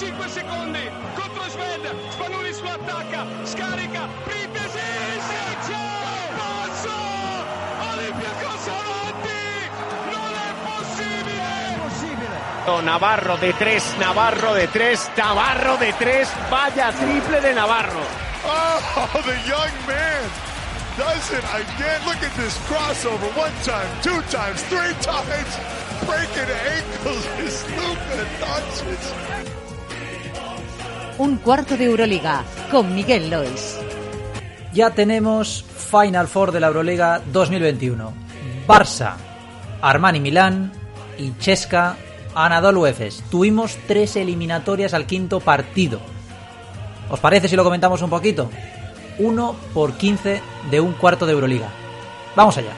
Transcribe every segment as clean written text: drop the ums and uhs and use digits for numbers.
5 secondi contro Sved, Spanulis lo attacca, scarica, Pritesis, passo, Olympiacos avanti, non è possibile. Navarro de 3, Navarro de 3, Navarro de 3, vaya triple de Navarro. Oh, the young man does it again. Look at this crossover. 1 time, 2 times, 3 times. Breaking ankles is Luka Doncic. Un cuarto de Euroliga con Miguel Lois. Ya tenemos Final Four de la Euroliga 2021. Barça, Armani Milán y CSKA Anadolu Efes. Tuvimos 3 eliminatorias al quinto partido. ¿Os parece si lo comentamos un poquito? 1 por 15 de un cuarto de Euroliga. Vamos allá.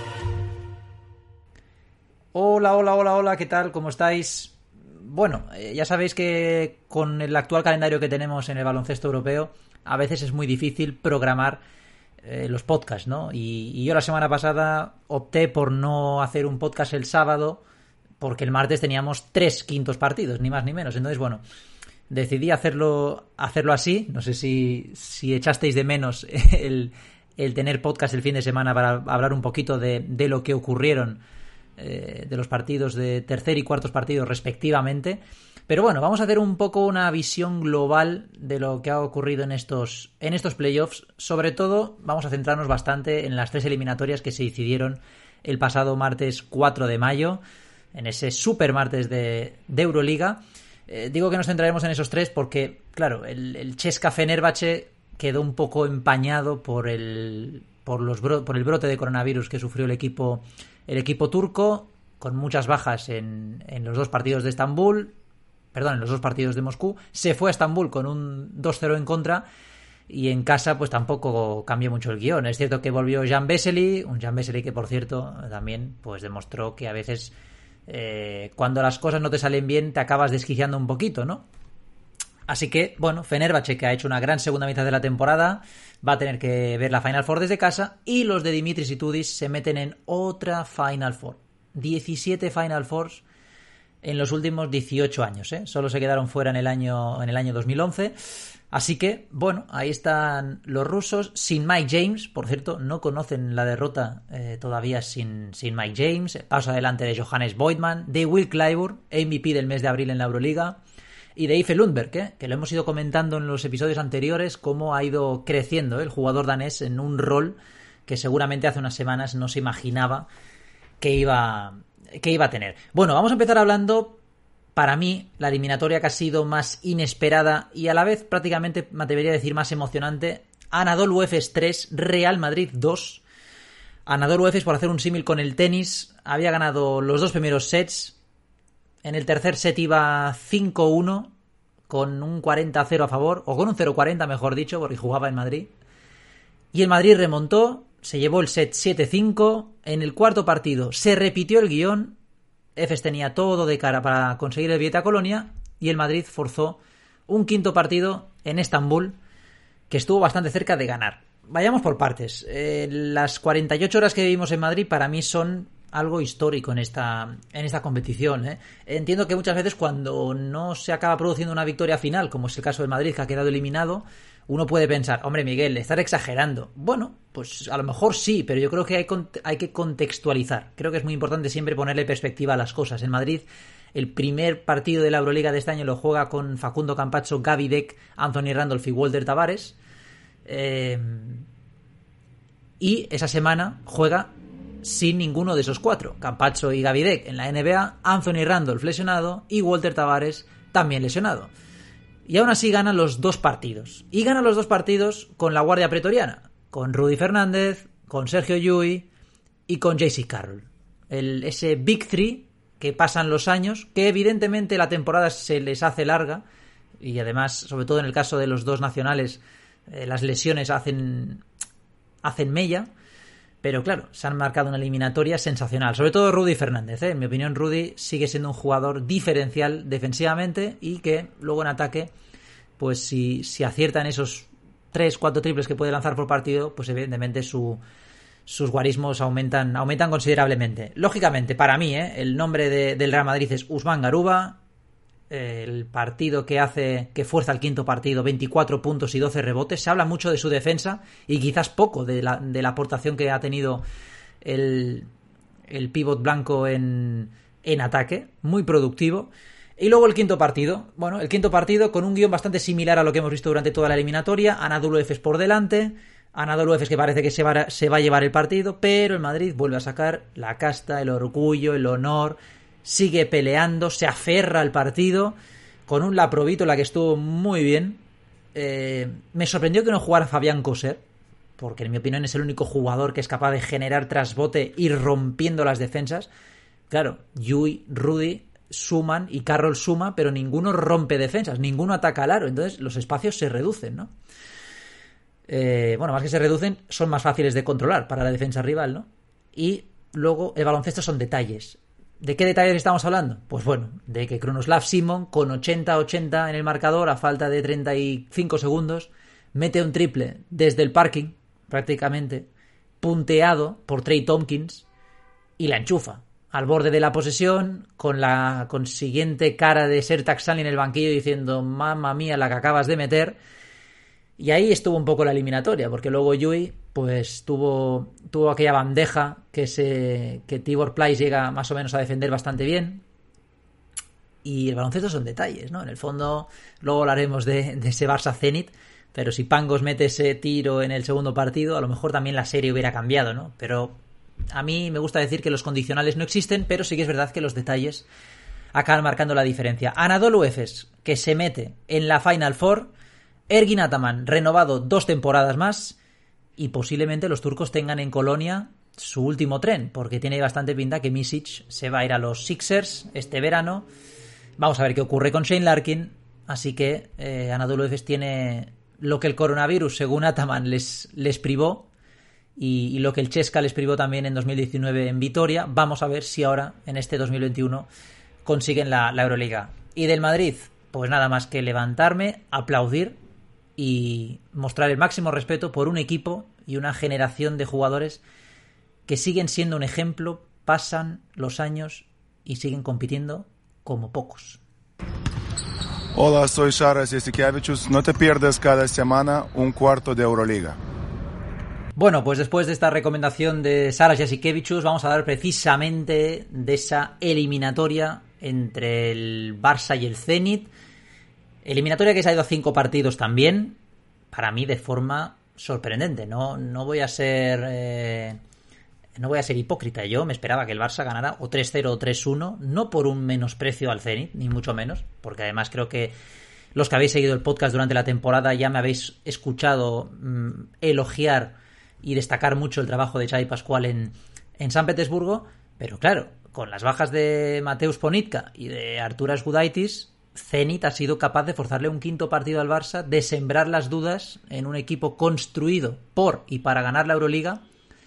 Hola, ¿qué tal? ¿Cómo estáis? Bueno, ya sabéis que con el actual calendario que tenemos en el baloncesto europeo, a veces es muy difícil programar los podcasts, ¿no? Y yo la semana pasada opté por no hacer un podcast el sábado, porque el martes teníamos 3 quintos partidos, ni más ni menos. Entonces, bueno, decidí hacerlo así. No sé si echasteis de menos el tener podcast el fin de semana para hablar un poquito de lo que ocurrieron, de los partidos de tercer y cuartos partidos respectivamente. Pero bueno, vamos a hacer un poco una visión global de lo que ha ocurrido en estos playoffs. Sobre todo vamos a centrarnos bastante en las 3 eliminatorias que se decidieron el pasado martes 4 de mayo, en ese super martes de Euroliga. Digo que nos centraremos en esos 3 porque, claro, el CSKA Fenerbahce quedó un poco empañado por el brote de coronavirus que sufrió el equipo turco, con muchas bajas en los 2 partidos de en los 2 partidos de Moscú. Se fue a Estambul con un 2-0 en contra y en casa pues tampoco cambió mucho el guión. Es cierto que volvió Jan Vesely, un Jan Vesely que, por cierto, también pues demostró que a veces cuando las cosas no te salen bien te acabas desquiciando un poquito, ¿no? Así que, bueno, Fenerbahce, que ha hecho una gran segunda mitad de la temporada, va a tener que ver la Final Four desde casa, y los de Dimitris y Tudis se meten en otra Final Four. 17 Final Fours en los últimos 18 años, ¿eh? Solo se quedaron fuera en el año 2011. Así que, bueno, ahí están los rusos, sin Mike James. Por cierto, no conocen la derrota todavía sin Mike James. Paso adelante de Johannes Voigtmann, de Will Clyburn, MVP del mes de abril en la Euroliga, y de Ife Lundberg, que lo hemos ido comentando en los episodios anteriores, cómo ha ido creciendo el jugador danés en un rol que seguramente hace unas semanas no se imaginaba que iba a tener. Bueno, vamos a empezar hablando, para mí, la eliminatoria que ha sido más inesperada y a la vez prácticamente, me atrevería a decir, más emocionante. Anadolu Efes 3, Real Madrid 2. Anadolu Efes, por hacer un símil con el tenis, había ganado los 2 primeros sets. En el tercer set iba 5-1, con un 40-0 a favor, o con un 0-40 mejor dicho, porque jugaba en Madrid. Y el Madrid remontó, se llevó el set 7-5. En el cuarto partido se repitió el guión. Efes tenía todo de cara para conseguir el billete a Colonia, y el Madrid forzó un quinto partido en Estambul que estuvo bastante cerca de ganar. Vayamos por partes. Las 48 horas que vivimos en Madrid para mí son algo histórico en esta competición, ¿eh? Entiendo que muchas veces cuando no se acaba produciendo una victoria final, como es el caso del Madrid, que ha quedado eliminado, uno puede pensar, hombre, Miguel, estás exagerando. Bueno, pues a lo mejor sí, pero yo creo que hay que contextualizar. Creo que es muy importante siempre ponerle perspectiva a las cosas. En Madrid, el primer partido de la Euroliga de este año lo juega con Facundo Campazzo, Gaby Deck, Anthony Randolph y Walter Tavares. Y esa semana juega sin ninguno de esos 4. Campazzo y Gaby Deck en la NBA, Anthony Randolph lesionado y Walter Tavares también lesionado. Y aún así gana los 2 partidos. Y gana los 2 partidos con la guardia pretoriana, con Rudy Fernández, con Sergio Llull y con J.C. Carroll. Ese Big Three que pasan los años, que evidentemente la temporada se les hace larga, y además, sobre todo en el caso de los 2 nacionales, las lesiones hacen mella. Pero claro, se han marcado una eliminatoria sensacional. Sobre todo Rudy Fernández, ¿eh? En mi opinión, Rudy sigue siendo un jugador diferencial defensivamente y que luego en ataque, pues si acierta en esos 3-4 triples que puede lanzar por partido, pues evidentemente sus guarismos aumentan considerablemente. Lógicamente, para mí, el nombre del Real Madrid es Usman Garuba. el partido que fuerza el quinto partido, 24 puntos y 12 rebotes. Se habla mucho de su defensa y quizás poco de la aportación que ha tenido el pívot blanco en ataque, muy productivo. Y luego el quinto partido. Bueno, el quinto partido con un guión bastante similar a lo que hemos visto durante toda la eliminatoria. Anadolu Efes por delante. Anadolu Efes que parece que se va a llevar el partido, pero el Madrid vuelve a sacar la casta, el orgullo, el honor. Sigue peleando, se aferra al partido con un Laprovítola que estuvo muy bien. Me sorprendió que no jugara Fabián Coser, porque en mi opinión es el único jugador que es capaz de generar trasbote y rompiendo las defensas. Claro, Yui, Rudy suman y Carroll suma, pero ninguno rompe defensas, ninguno ataca al aro, entonces los espacios se reducen, ¿no? Bueno, más que se reducen, son más fáciles de controlar para la defensa rival, ¿no? Y luego el baloncesto son detalles. ¿De qué detalles estamos hablando? Pues bueno, de que Krunoslav Simon, con 80-80 en el marcador, a falta de 35 segundos, mete un triple desde el parking, prácticamente, punteado por Trey Tompkins, y la enchufa al borde de la posesión, con la consiguiente cara de Sertac Sali en el banquillo diciendo mamma mía la que acabas de meter. Y ahí estuvo un poco la eliminatoria, porque luego Yui pues tuvo aquella bandeja que Tibor Plyce llega más o menos a defender bastante bien. Y el baloncesto son detalles, ¿no? En el fondo, luego hablaremos de ese Barça Zenit, pero si Pangos mete ese tiro en el segundo partido, a lo mejor también la serie hubiera cambiado, ¿no? Pero a mí me gusta decir que los condicionales no existen, pero sí que es verdad que los detalles acaban marcando la diferencia. Anadolu Efes, que se mete en la Final Four. Ergin Ataman, renovado 2 temporadas más. Y posiblemente los turcos tengan en Colonia su último tren, porque tiene bastante pinta que Misic se va a ir a los Sixers este verano. Vamos a ver qué ocurre con Shane Larkin. Así que Anadolu Efes tiene lo que el coronavirus, según Ataman, les privó. Y lo que el Chesca les privó también en 2019 en Vitoria. Vamos a ver si ahora, en este 2021, consiguen la Euroliga. Y del Madrid, pues nada más que levantarme, aplaudir y mostrar el máximo respeto por un equipo y una generación de jugadores que siguen siendo un ejemplo, pasan los años y siguen compitiendo como pocos. Hola, soy Sharas Jasikevičius. No te pierdas cada semana un cuarto de Euroliga. Bueno, pues después de esta recomendación de Sharas Jasikevičius vamos a hablar precisamente de esa eliminatoria entre el Barça y el Zenit. Eliminatoria que se ha ido a 5 partidos también, para mí de forma sorprendente. No voy a ser hipócrita. Yo me esperaba que el Barça ganara o 3-0 o 3-1, no por un menosprecio al Zenit, ni mucho menos, porque además creo que los que habéis seguido el podcast durante la temporada ya me habéis escuchado elogiar y destacar mucho el trabajo de Xavi Pascual en San Petersburgo, pero claro, con las bajas de Mateusz Ponitka y de Arturas Gudaitis, Zenit ha sido capaz de forzarle un quinto partido al Barça, de sembrar las dudas en un equipo construido por y para ganar la Euroliga.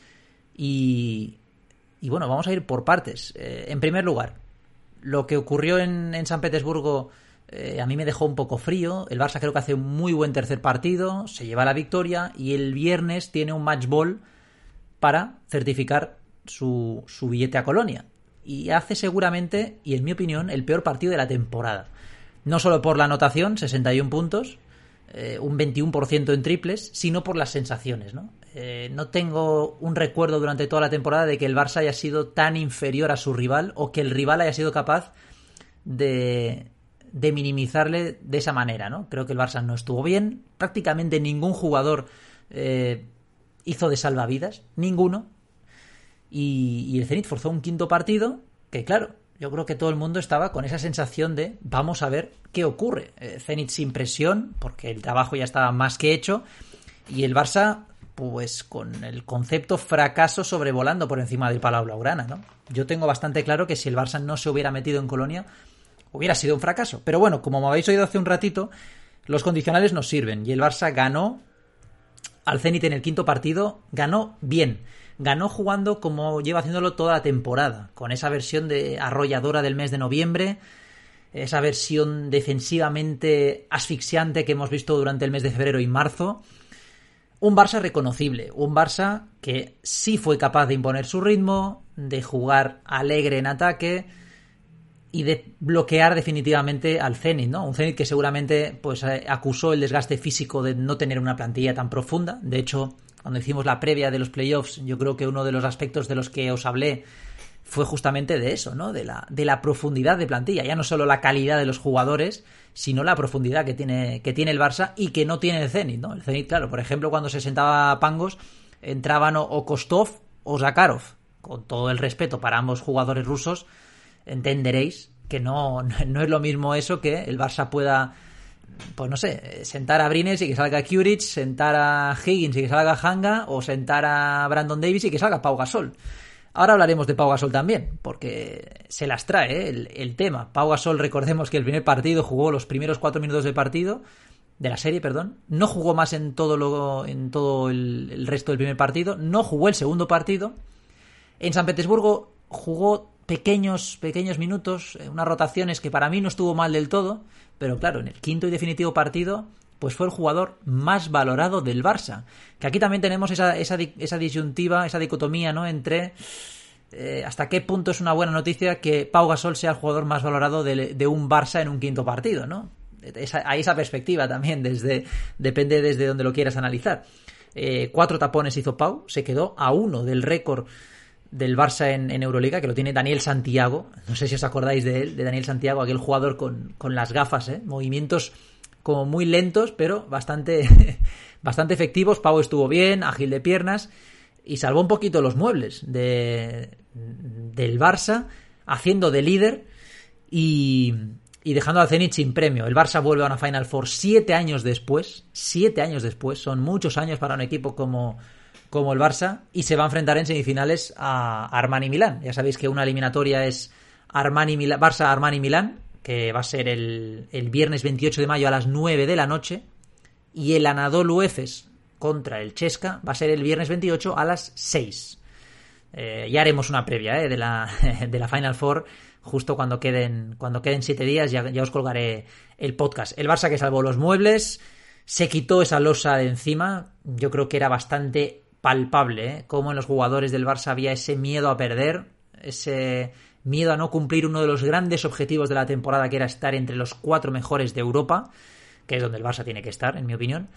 Y bueno, vamos a ir por partes. En primer lugar, lo que ocurrió en San Petersburgo a mí me dejó un poco frío. El Barça creo que hace un muy buen tercer partido, se lleva la victoria y el viernes tiene un match ball para certificar su billete a Colonia. Y hace seguramente, y en mi opinión, el peor partido de la temporada. No solo por la anotación, 61 puntos, un 21% en triples, sino por las sensaciones, ¿no? No tengo un recuerdo durante toda la temporada de que el Barça haya sido tan inferior a su rival o que el rival haya sido capaz de minimizarle de esa manera, ¿no? Creo que el Barça no estuvo bien, prácticamente ningún jugador hizo de salvavidas, ninguno, y el Zenit forzó un quinto partido que, claro, yo creo que todo el mundo estaba con esa sensación de vamos a ver qué ocurre. Zenit sin presión, porque el trabajo ya estaba más que hecho, y el Barça pues con el concepto fracaso sobrevolando por encima del Palau Blaugrana, ¿no? Yo tengo bastante claro que si el Barça no se hubiera metido en Colonia hubiera sido un fracaso. Pero bueno, como me habéis oído hace un ratito, los condicionales nos sirven y el Barça ganó al Zenit en el quinto partido, ganó bien. Ganó jugando como lleva haciéndolo toda la temporada, con esa versión de arrolladora del mes de noviembre, esa versión defensivamente asfixiante que hemos visto durante el mes de febrero y marzo. Un Barça reconocible, un Barça que sí fue capaz de imponer su ritmo, de jugar alegre en ataque, y de bloquear definitivamente al Zenit, ¿no? Un Zenit que seguramente pues acusó el desgaste físico de no tener una plantilla tan profunda. De hecho, cuando hicimos la previa de los playoffs, yo creo que uno de los aspectos de los que os hablé fue justamente de eso, ¿no? De la profundidad de plantilla. Ya no solo la calidad de los jugadores, sino la profundidad que tiene el Barça y que no tiene el Zenit, ¿no? El Zenit, claro, por ejemplo, cuando se sentaba Pangos, entraban o Kostov o Zakharov. Con todo el respeto para ambos jugadores rusos, entenderéis que no es lo mismo eso que el Barça pueda, pues no sé, sentar a Brines y que salga Kuric, sentar a Higgins y que salga Hanga, o sentar a Brandon Davis y que salga Pau Gasol. Ahora hablaremos de Pau Gasol también, porque se las trae el tema. Pau Gasol, recordemos que el primer partido jugó los primeros 4 minutos del partido, de la serie, perdón. No jugó más en todo el resto del primer partido. No jugó el segundo partido. En San Petersburgo jugó pequeños minutos, unas rotaciones que para mí no estuvo mal del todo, pero claro, en el quinto y definitivo partido pues fue el jugador más valorado del Barça. Que aquí también tenemos esa disyuntiva, esa dicotomía, ¿no? Entre hasta qué punto es una buena noticia que Pau Gasol sea el jugador más valorado de un Barça en un quinto partido, ¿no? Hay esa perspectiva también, depende desde donde lo quieras analizar. 4 tapones hizo Pau, se quedó a 1 del récord del Barça en Euroliga, que lo tiene Daniel Santiago. No sé si os acordáis de él, de Daniel Santiago, aquel jugador con las gafas, movimientos como muy lentos, pero bastante efectivos. Pau estuvo bien, ágil de piernas, y salvó un poquito los muebles del Barça, haciendo de líder y dejando al Zenit sin premio. El Barça vuelve a una Final Four 7 años después, son muchos años para un equipo como el Barça, y se va a enfrentar en semifinales a Armani Milán. Ya sabéis que una eliminatoria es Barça-Armani Milán, que va a ser el viernes 28 de mayo a las 9 de la noche, y el Anadolu Efes contra el Chesca va a ser el viernes 28 a las 6. Ya haremos una previa de la Final Four justo cuando queden 7 días, ya os colgaré el podcast. El Barça que salvó los muebles, se quitó esa losa de encima. Yo creo que era bastante palpable, cómo en los jugadores del Barça había ese miedo a perder, ese miedo a no cumplir uno de los grandes objetivos de la temporada, que era estar entre los 4 mejores de Europa, que es donde el Barça tiene que estar, en mi opinión.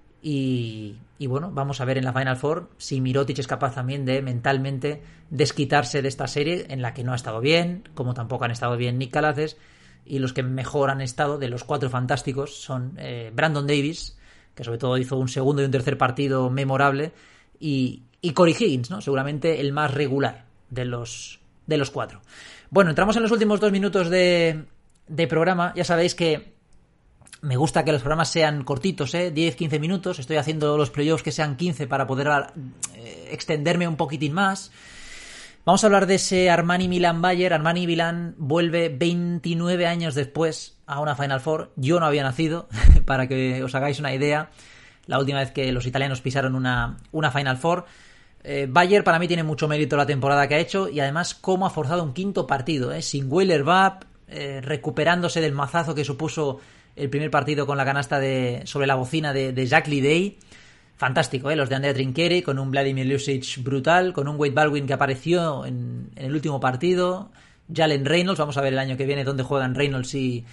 Y bueno, vamos a ver en la Final Four si Mirotic es capaz también de mentalmente desquitarse de esta serie en la que no ha estado bien, como tampoco han estado bien Nick Calaces, y los que mejor han estado de los 4 fantásticos son Brandon Davis, que sobre todo hizo un segundo y un tercer partido memorable, y Corey Higgins, ¿no? Seguramente el más regular de los 4. Bueno, entramos en los últimos 2 minutos de programa. Ya sabéis que me gusta que los programas sean cortitos, 10-15 minutos. Estoy haciendo los playoffs que sean 15 para poder extenderme un poquitín más. Vamos a hablar de ese Armani Milán-Bayern. Armani Milán vuelve 29 años después a una Final Four. Yo no había nacido, para que os hagáis una idea, la última vez que los italianos pisaron una Final Four. Bayern para mí tiene mucho mérito la temporada que ha hecho, y además cómo ha forzado un quinto partido, sin Weiler-Babb, recuperándose del mazazo que supuso el primer partido con la canasta sobre la bocina de Jack Lidey. Fantástico, los de Andrea Trinchieri, con un Vladimir Lucic brutal, con un Wade Baldwin que apareció en el último partido, Jalen Reynolds, vamos a ver el año que viene dónde juegan Reynolds y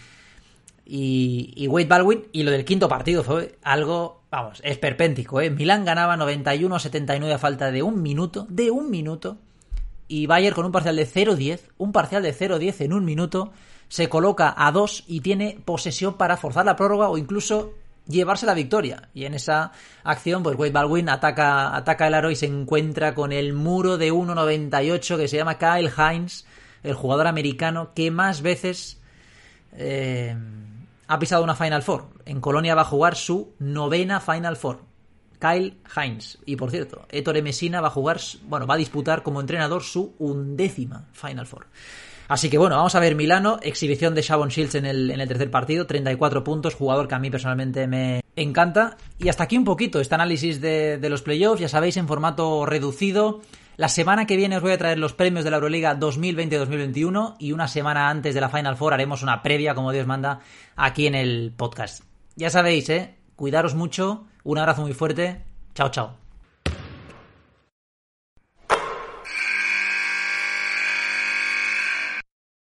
Wade Baldwin. Y lo del quinto partido fue algo, vamos, esperpéntico, Milán ganaba 91-79 a falta de un minuto, y Bayern con un parcial de 0-10 en un minuto, se coloca a 2 y tiene posesión para forzar la prórroga o incluso llevarse la victoria. Y en esa acción, pues Wade Baldwin ataca el aro y se encuentra con el muro de 1.98 que se llama Kyle Hines, el jugador americano que más veces ha pisado una Final Four. En Colonia va a jugar su 9ª Final Four. Kyle Hines. Y por cierto, Ettore Messina va a disputar como entrenador su 11ª Final Four. Así que bueno, vamos a ver Milano, exhibición de Shavon Shields en el tercer partido, 34 puntos, jugador que a mí personalmente me encanta. Y hasta aquí un poquito este análisis de los playoffs, ya sabéis, en formato reducido. La semana que viene os voy a traer los premios de la Euroliga 2020-2021 y una semana antes de la Final Four haremos una previa, como Dios manda, aquí en el podcast. Ya sabéis, cuidaros mucho, un abrazo muy fuerte, chao chao.